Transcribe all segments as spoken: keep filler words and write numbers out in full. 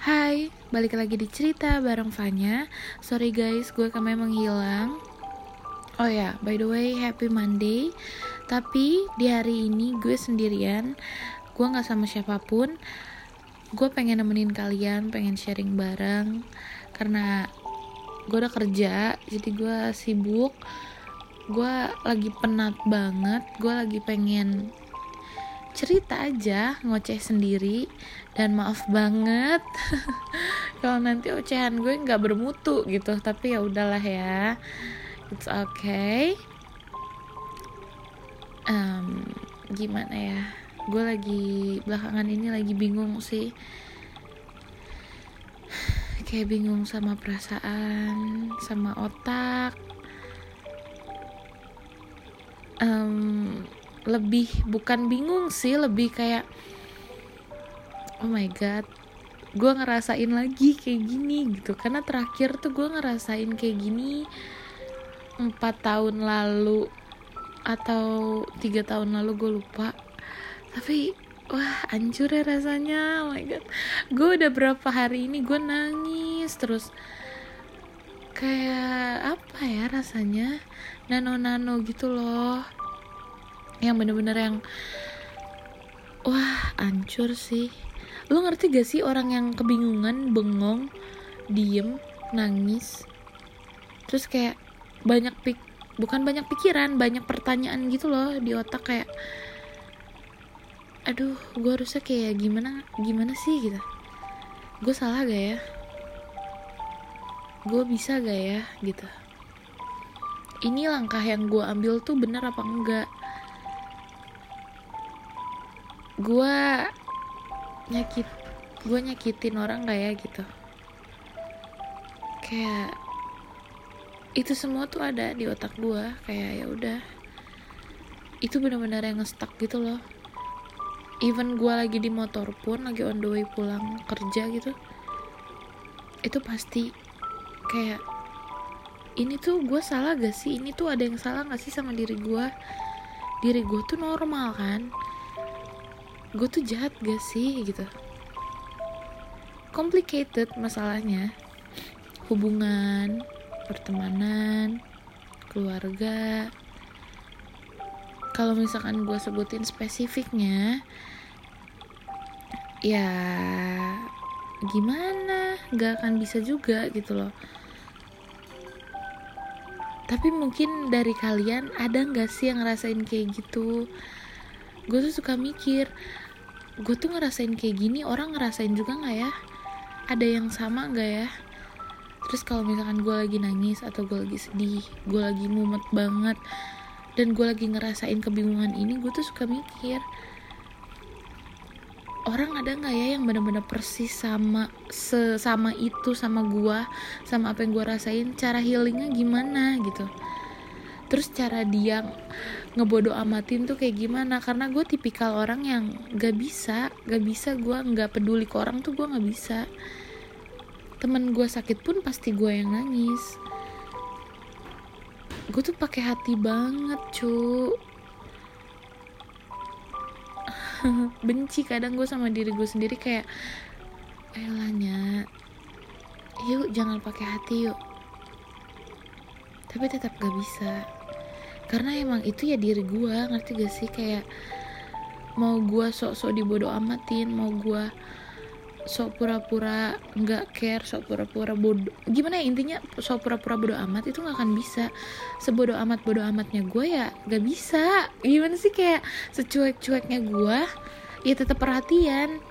Hai, balik lagi di cerita bareng Fanya. Sorry guys, gue kemarin menghilang. Oh ya, by the way, happy Monday. Tapi di hari ini gue sendirian. Gue gak sama siapapun. Gue pengen nemenin kalian, pengen sharing bareng. Karena gue udah kerja, jadi gue sibuk. Gue lagi penat banget. Gue lagi pengen cerita aja, ngoceh sendiri. Dan maaf banget kalau nanti ocehan gue nggak bermutu gitu, tapi ya udahlah ya, it's okay. Um, gimana ya, gue lagi belakangan ini lagi bingung sih, kayak bingung sama perasaan, sama otak. Um, lebih bukan bingung sih, lebih kayak oh my god, gue ngerasain lagi kayak gini gitu. Karena terakhir tuh gue ngerasain kayak gini empat tahun lalu atau tiga tahun lalu, gue lupa. Tapi wah, hancur ya rasanya. Oh my god, gue udah berapa hari ini gue nangis terus. Kayak apa ya rasanya, nano-nano gitu loh, yang bener-bener yang wah, hancur sih. Lu ngerti gak sih orang yang kebingungan, bengong, diem, nangis, terus kayak banyak pik bukan banyak pikiran, banyak pertanyaan gitu loh di otak, kayak aduh, gue harusnya kayak gimana gimana sih gitu. Gue salah gak ya? Gue bisa gak ya gitu? Ini langkah yang gue ambil tuh benar apa enggak? Gue nyakit gue nyakitin orang gak ya gitu. Kayak itu semua tuh ada di otak gue. Kayak ya udah, itu benar-benar yang nge-stuck gitu loh. Even gue lagi di motor pun, lagi on the way pulang kerja gitu, itu pasti kayak ini tuh gue salah gak sih? Ini tuh ada yang salah gak sih sama diri gue? Diri gue tuh normal kan? Gue tuh jahat gak sih gitu? Complicated masalahnya. Hubungan, pertemanan, keluarga. Kalau misalkan gue sebutin spesifiknya, ya gimana, gak akan bisa juga gitu loh. Tapi mungkin dari kalian ada gak sih yang ngerasain kayak gitu? Gue tuh suka mikir, gue tuh ngerasain kayak gini, orang ngerasain juga gak ya? Ada yang sama gak ya? Terus kalau misalkan gue lagi nangis atau gue lagi sedih, gue lagi mumet banget, dan gue lagi ngerasain kebingungan ini, gue tuh suka mikir, orang ada gak ya yang benar-benar persis sama sesama itu sama gue, sama apa yang gue rasain? Cara healingnya gimana gitu? Terus cara dia ngebodo amatin tuh kayak gimana? Karena gue tipikal orang yang gak bisa Gak bisa gue gak peduli ke orang tuh, gue gak bisa. Temen gue sakit pun pasti gue yang nangis. Gue tuh pakai hati banget cu. Benci kadang gue sama diri gue sendiri, kayak ayolah, yuk jangan pakai hati yuk. Tapi tetap gak bisa. Karena emang itu ya diri gue, ngerti gak sih? Kayak mau gue sok-sok dibodo amatin, mau gue sok pura-pura gak care, sok pura-pura bodoh, gimana ya intinya, sok pura-pura bodo amat itu gak akan bisa. Sebodo amat bodo amatnya gue ya gak bisa. Gimana sih, kayak secuek-cueknya gue ya tetap perhatian.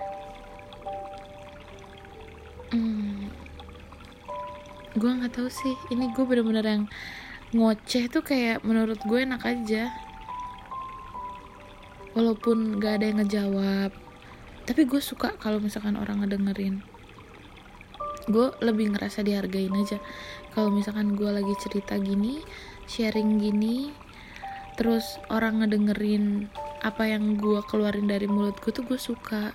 hmm, gue gak tahu sih, ini gue bener-bener yang ngoceh tuh kayak menurut gue enak aja, walaupun gak ada yang ngejawab. Tapi gue suka kalau misalkan orang ngedengerin. Gue lebih ngerasa dihargain aja kalau misalkan gue lagi cerita gini, sharing gini, terus orang ngedengerin apa yang gue keluarin dari mulut gue tuh gue suka.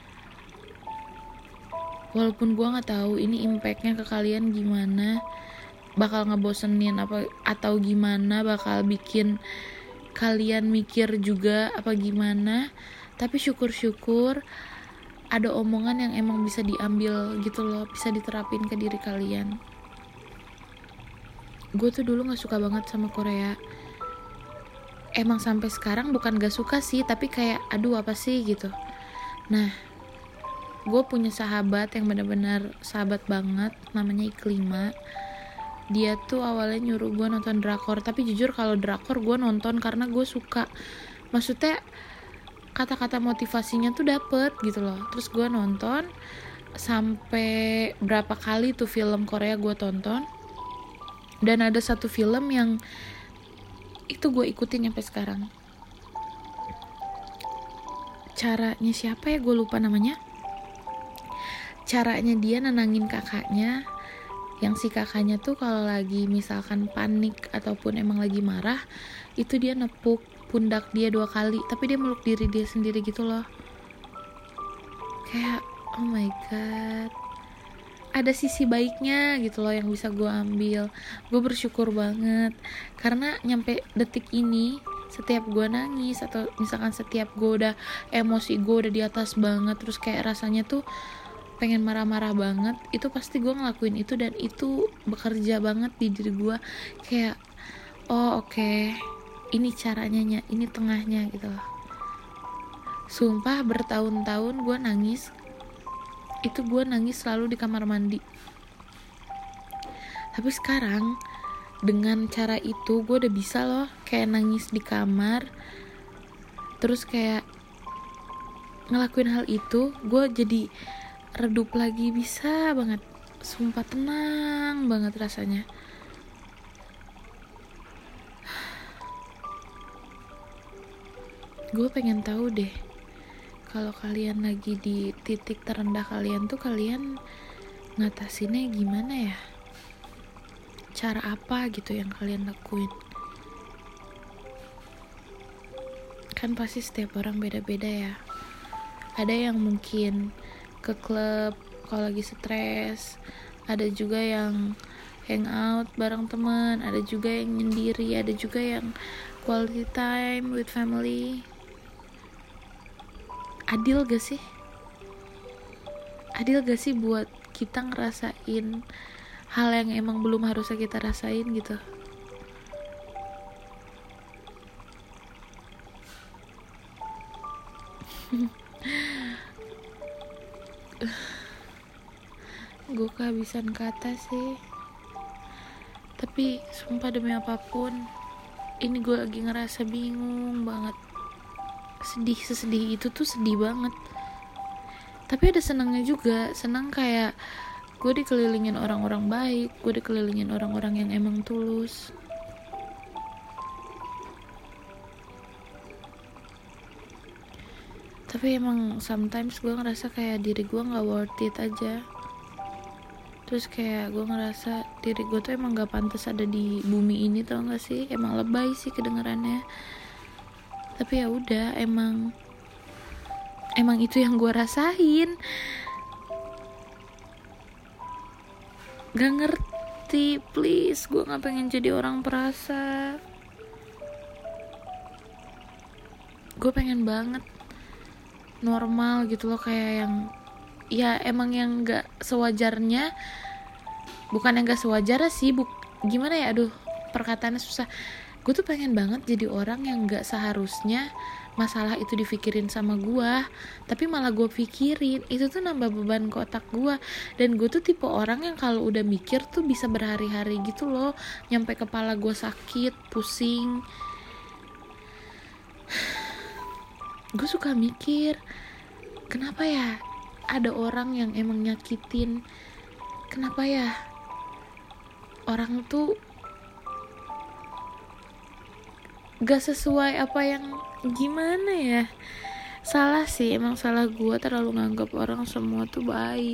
Walaupun gue gak tahu ini impactnya ke kalian gimana, bakal ngebosenin apa atau gimana, bakal bikin kalian mikir juga apa gimana. Tapi syukur-syukur ada omongan yang emang bisa diambil gitu loh, bisa diterapin ke diri kalian. Gue tuh dulu gak suka banget sama Korea. Emang sampai sekarang bukan gak suka sih, tapi kayak aduh apa sih gitu. Nah, gue punya sahabat yang benar-benar sahabat banget, namanya Iklima. Dia tuh awalnya nyuruh gue nonton drakor, tapi jujur kalau drakor gue nonton karena gue suka. Maksudnya kata-kata motivasinya tuh dapet gitu loh. Terus gue nonton sampai berapa kali tuh film Korea gue tonton. Dan ada satu film yang itu gue ikutin sampai sekarang. Caranya siapa ya, gue lupa namanya. Caranya dia nenangin kakaknya, yang si kakaknya tuh kalau lagi misalkan panik ataupun emang lagi marah, itu dia nepuk pundak dia dua kali, tapi dia meluk diri dia sendiri gitu loh. Kayak oh my god, ada sisi baiknya gitu loh yang bisa gue ambil. Gue bersyukur banget karena nyampe detik ini, setiap gue nangis atau misalkan setiap gue udah emosi gue udah di atas banget, terus kayak rasanya tuh pengen marah-marah banget, itu pasti gue ngelakuin itu dan itu bekerja banget di diri gue. Kayak oh oke okay, ini caranya, ini tengahnya gitu loh. Sumpah bertahun-tahun gue nangis, itu gue nangis selalu di kamar mandi. Tapi sekarang dengan cara itu gue udah bisa loh kayak nangis di kamar, terus kayak ngelakuin hal itu gue jadi redup lagi, bisa banget. Sumpah tenang banget rasanya. Gue pengen tahu deh, kalau kalian lagi di titik terendah kalian tuh kalian ngatasinnya gimana ya? Cara apa gitu yang kalian lakuin? Kan pasti setiap orang beda-beda ya. Ada yang mungkin ke klub kalau lagi stres, ada juga yang hangout bareng teman, ada juga yang nyendiri, ada juga yang quality time with family. Adil gak sih? Adil gak sih buat kita ngerasain hal yang emang belum harusnya kita rasain gitu? Gue kehabisan kata sih. Tapi sumpah demi apapun, ini gue lagi ngerasa bingung banget. Sedih, sesedih itu tuh sedih banget. Tapi ada senangnya juga. Senang kayak gue dikelilingin orang-orang baik, gue dikelilingin orang-orang yang emang tulus. Tapi emang sometimes gue ngerasa kayak diri gue gak worth it aja. Terus kayak gue ngerasa diri gue tuh emang gak pantas ada di bumi ini, tau gak sih? Emang lebay sih kedengerannya. Tapi ya udah, emang emang itu yang gue rasain. Gak ngerti, please. Gue gak pengen jadi orang perasa. Gue pengen banget normal gitu loh, kayak yang ya emang yang gak sewajarnya. Bukan yang gak sewajarnya sih, buk, gimana ya, aduh perkataannya susah. Gue tuh pengen banget jadi orang yang gak seharusnya masalah itu dipikirin sama gue, tapi malah gue pikirin. Itu tuh nambah beban ke otak gue. Dan gue tuh tipe orang yang kalau udah mikir tuh bisa berhari-hari gitu loh, nyampe kepala gue sakit, pusing. Gue suka mikir, kenapa ya ada orang yang emang nyakitin? Kenapa ya orang tuh gak sesuai apa yang gimana ya? Salah sih, emang salah gue terlalu nganggap orang semua tuh baik.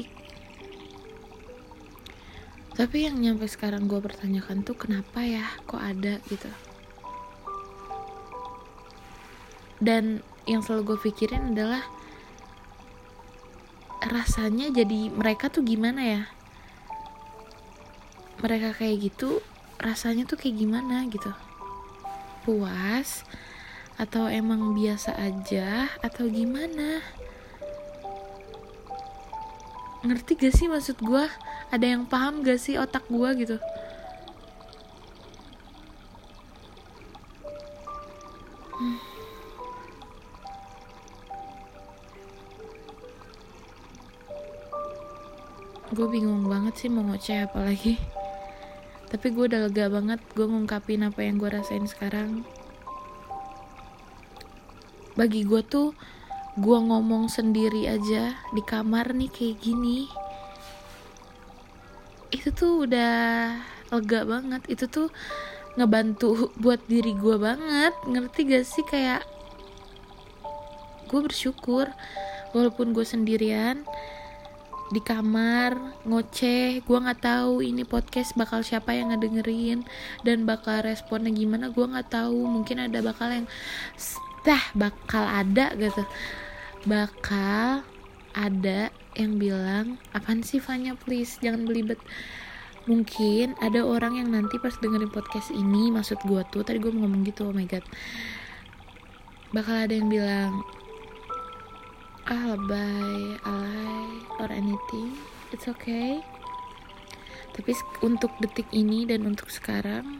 Tapi yang nyampe sekarang gue pertanyakan tuh kenapa ya kok ada gitu. Dan yang selalu gue pikirin adalah rasanya jadi mereka tuh gimana ya? Mereka kayak gitu rasanya tuh kayak gimana gitu? Puas atau emang biasa aja atau gimana? Ngerti gak sih maksud gue? Ada yang paham gak sih otak gue gitu? hmm. Gue bingung banget sih mau ngoceh apa lagi. Tapi gue udah lega banget gue ngungkapin apa yang gue rasain sekarang. Bagi gue tuh, gue ngomong sendiri aja di kamar nih kayak gini, itu tuh udah lega banget. Itu tuh ngebantu buat diri gue banget. Ngerti gak sih? Kayak gue bersyukur walaupun gue sendirian di kamar ngoceh. Gue nggak tahu ini podcast bakal siapa yang ngedengerin dan bakal responnya gimana. Gue nggak tahu, mungkin ada bakal yang dah bakal ada gitu bakal ada yang bilang apaan sih Fanya, please jangan belibet. Mungkin ada orang yang nanti pas dengerin podcast ini, maksud gue tuh tadi gue mau ngomong gitu, oh my god, bakal ada yang bilang ah lebay, alay, or anything. It's okay. Tapi untuk detik ini dan untuk sekarang,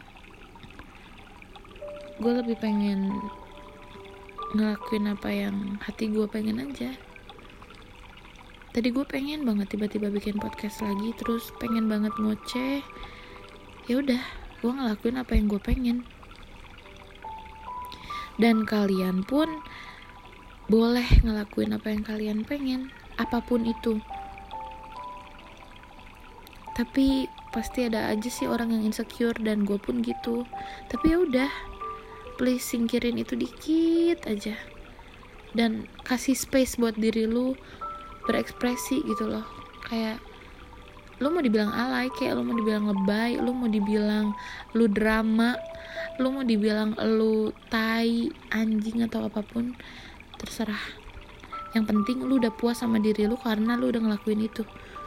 gue lebih pengen ngelakuin apa yang hati gue pengen aja. Tadi gue pengen banget tiba-tiba bikin podcast lagi, terus pengen banget ngoceh. Ya udah, gue ngelakuin apa yang gue pengen. Dan kalian pun boleh ngelakuin apa yang kalian pengen, apapun itu. Tapi pasti ada aja sih orang yang insecure, dan gue pun gitu. Tapi ya udah, please singkirin itu dikit aja dan kasih space buat diri lu berekspresi gitu loh. Kayak lu mau dibilang alay, kayak lu mau dibilang lebay, lu mau dibilang lu drama, lu mau dibilang lu tai, anjing atau apapun, terserah. Yang penting lu udah puas sama diri lu karena lu udah ngelakuin itu.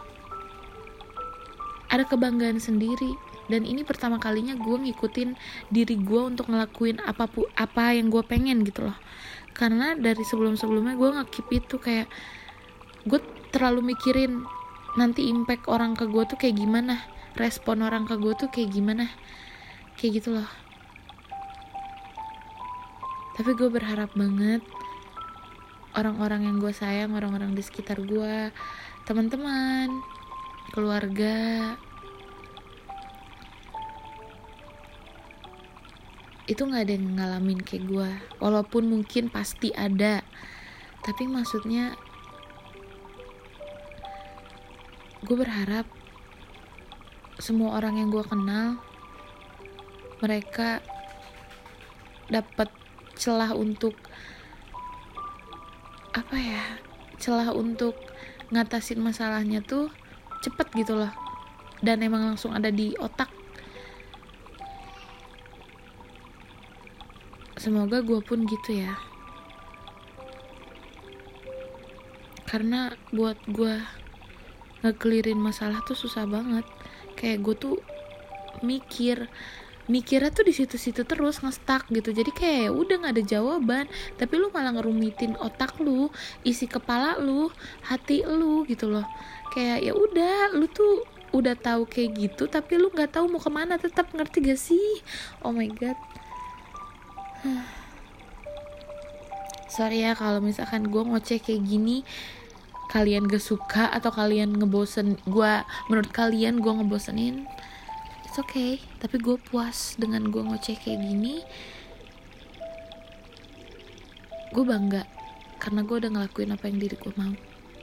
Ada kebanggaan sendiri. Dan ini pertama kalinya gue ngikutin diri gue untuk ngelakuin apapun apa yang gue pengen gitu loh. Karena dari sebelum-sebelumnya gue nge-keep itu, kayak gue terlalu mikirin nanti impact orang ke gue tuh kayak gimana, respon orang ke gue tuh kayak gimana, kayak gitu loh. Tapi gue berharap banget orang-orang yang gue sayang, orang-orang di sekitar gue, teman-teman, keluarga, itu gak ada yang ngalamin kayak gue. Walaupun mungkin pasti ada, tapi maksudnya gue berharap semua orang yang gue kenal, mereka dapat celah untuk apa ya, celah untuk ngatasin masalahnya tuh cepet gitu loh, dan emang langsung ada di otak. Semoga gue pun gitu ya. Karena buat gue ngekelirin masalah tuh susah banget. Kayak gue tuh mikir mikirnya tuh di situ-situ terus, nge-stuck gitu. Jadi kayak udah nggak ada jawaban, tapi lu malah ngerumitin otak lu, isi kepala lu, hati lu gitu loh. Kayak ya udah, lu tuh udah tahu kayak gitu, tapi lu nggak tahu mau kemana tetap. Ngerti gak sih? Oh my god. Sorry ya kalau misalkan gue ngoceh kayak gini kalian gak suka atau kalian ngebosen gue, menurut kalian gue ngebosenin. It's okay, tapi gue puas dengan gue ngoceh kayak gini. Gue bangga karena gue udah ngelakuin apa yang diri gue mau.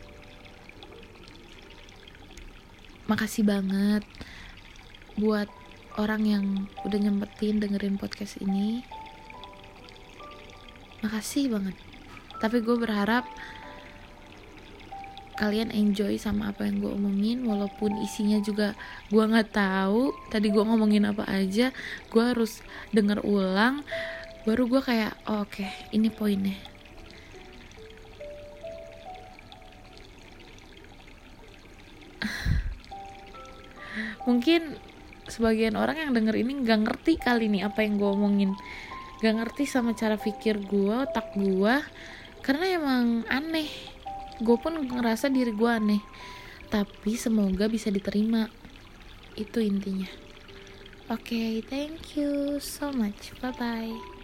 Makasih banget buat orang yang udah nyempetin dengerin podcast ini. Makasih banget. Tapi gue berharap kalian enjoy sama apa yang gue omongin, walaupun isinya juga gue nggak tahu tadi gue ngomongin apa aja. Gue harus denger ulang, baru gue kayak oh, oke okay, ini poinnya. Mungkin sebagian orang yang denger ini nggak ngerti kali nih apa yang gue omongin, gak ngerti sama cara pikir gue, otak gue, karena emang aneh. Gue pun ngerasa diri gue aneh. tapi semoga bisa diterima. Itu intinya. Oke, okay, thank you so much. Bye bye.